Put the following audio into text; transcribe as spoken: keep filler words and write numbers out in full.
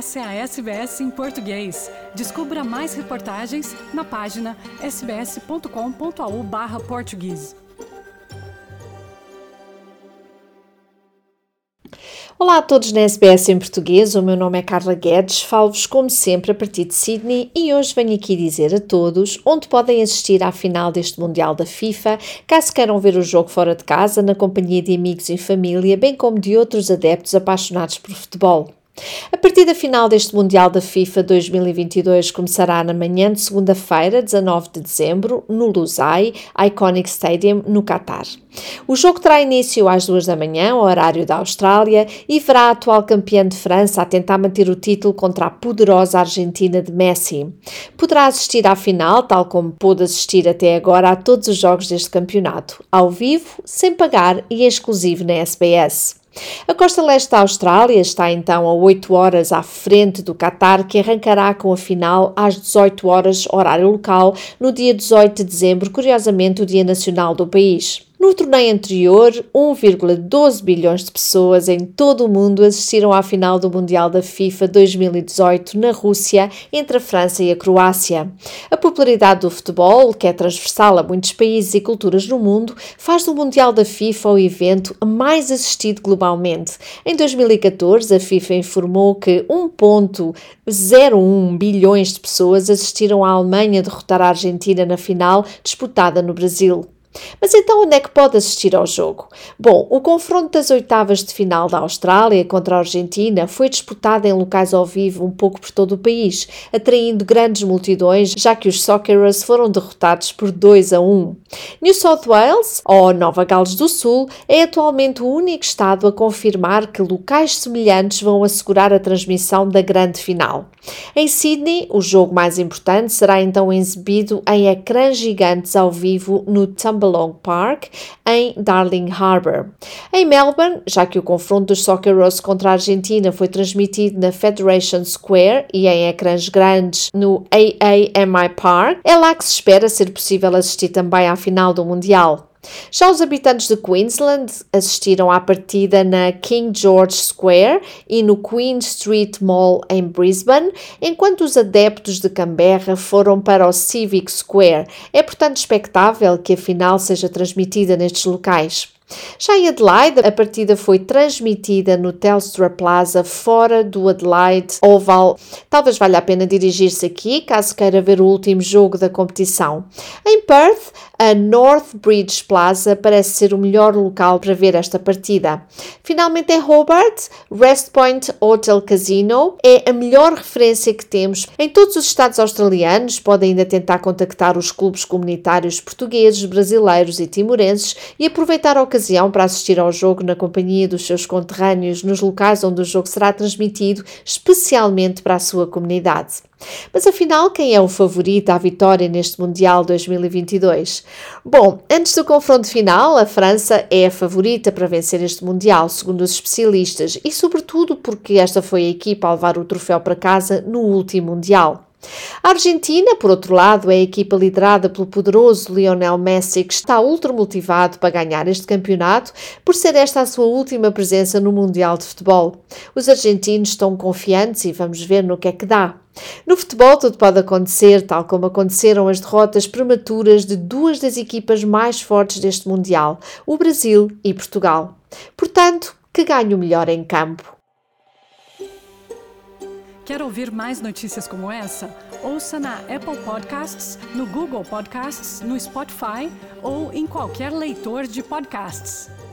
Essa é a S B S em português. Descubra mais reportagens na página s b s ponto com ponto a u barra português. Olá a todos na S B S em português, o meu nome é Carla Guedes, falo-vos como sempre a partir de Sydney e hoje venho aqui dizer a todos onde podem assistir à final deste Mundial da FIFA, caso queiram ver o jogo fora de casa, na companhia de amigos e família, bem como de outros adeptos apaixonados por futebol. A partida final deste Mundial da FIFA dois mil e vinte e dois começará na manhã de segunda-feira, dezanove de dezembro, no Lusail Iconic Stadium, no Qatar. O jogo terá início às duas da manhã, horário da Austrália, e verá a atual campeã de França a tentar manter o título contra a poderosa Argentina de Messi. Poderá assistir à final, tal como pôde assistir até agora a todos os jogos deste campeonato, ao vivo, sem pagar e exclusivo na S B S. A costa leste da Austrália está então a oito horas à frente do Qatar, que arrancará com a final às dezoito horas, horário local, no dia dezoito de dezembro, curiosamente o dia nacional do país. No torneio anterior, um vírgula doze bilhões de pessoas em todo o mundo assistiram à final do Mundial da FIFA dois mil e dezoito na Rússia, entre a França e a Croácia. A popularidade do futebol, que é transversal a muitos países e culturas no mundo, faz do Mundial da FIFA o evento mais assistido globalmente. Em dois mil e catorze, a FIFA informou que um vírgula zero um bilhões de pessoas assistiram à Alemanha derrotar a Argentina na final, disputada no Brasil. Mas então onde é que pode assistir ao jogo? Bom, o confronto das oitavas de final da Austrália contra a Argentina foi disputado em locais ao vivo um pouco por todo o país, atraindo grandes multidões, já que os Socceroos foram derrotados por dois a um. New South Wales, ou Nova Gales do Sul, é atualmente o único estado a confirmar que locais semelhantes vão assegurar a transmissão da grande final. Em Sydney, o jogo mais importante será então exibido em ecrãs gigantes ao vivo no Tumbalong Park, em Darling Harbour. Em Melbourne, já que o confronto dos Socceroos contra a Argentina foi transmitido na Federation Square e em ecrãs grandes no A A M I Park, é lá que se espera ser possível assistir também à final do Mundial. Já os habitantes de Queensland assistiram à partida na King George Square e no Queen Street Mall em Brisbane, enquanto os adeptos de Canberra foram para o Civic Square. É, portanto, expectável que a final seja transmitida nestes locais. Já em Adelaide, a partida foi transmitida no Telstra Plaza, fora do Adelaide Oval. Talvez valha a pena dirigir-se aqui, caso queira ver o último jogo da competição. Em Perth, a North Bridge Plaza parece ser o melhor local para ver esta partida. Finalmente, em Hobart, Rest Point Hotel Casino é a melhor referência que temos. Em todos os estados australianos, podem ainda tentar contactar os clubes comunitários portugueses, brasileiros e timorenses e aproveitar a ocasião para assistir ao jogo na companhia dos seus conterrâneos nos locais onde o jogo será transmitido, especialmente para a sua comunidade. Mas afinal, quem é o favorito à vitória neste Mundial dois mil e vinte e dois? Bom, antes do confronto final, a França é a favorita para vencer este Mundial, segundo os especialistas, e sobretudo porque esta foi a equipa a levar o troféu para casa no último Mundial. A Argentina, por outro lado, é a equipa liderada pelo poderoso Lionel Messi, que está ultra motivado para ganhar este campeonato, por ser esta a sua última presença no Mundial de Futebol. Os argentinos estão confiantes e vamos ver no que é que dá. No futebol tudo pode acontecer, tal como aconteceram as derrotas prematuras de duas das equipas mais fortes deste Mundial, o Brasil e Portugal. Portanto, que ganhe o melhor em campo. Quer ouvir mais notícias como essa? Ouça na Apple Podcasts, no Google Podcasts, no Spotify ou em qualquer leitor de podcasts.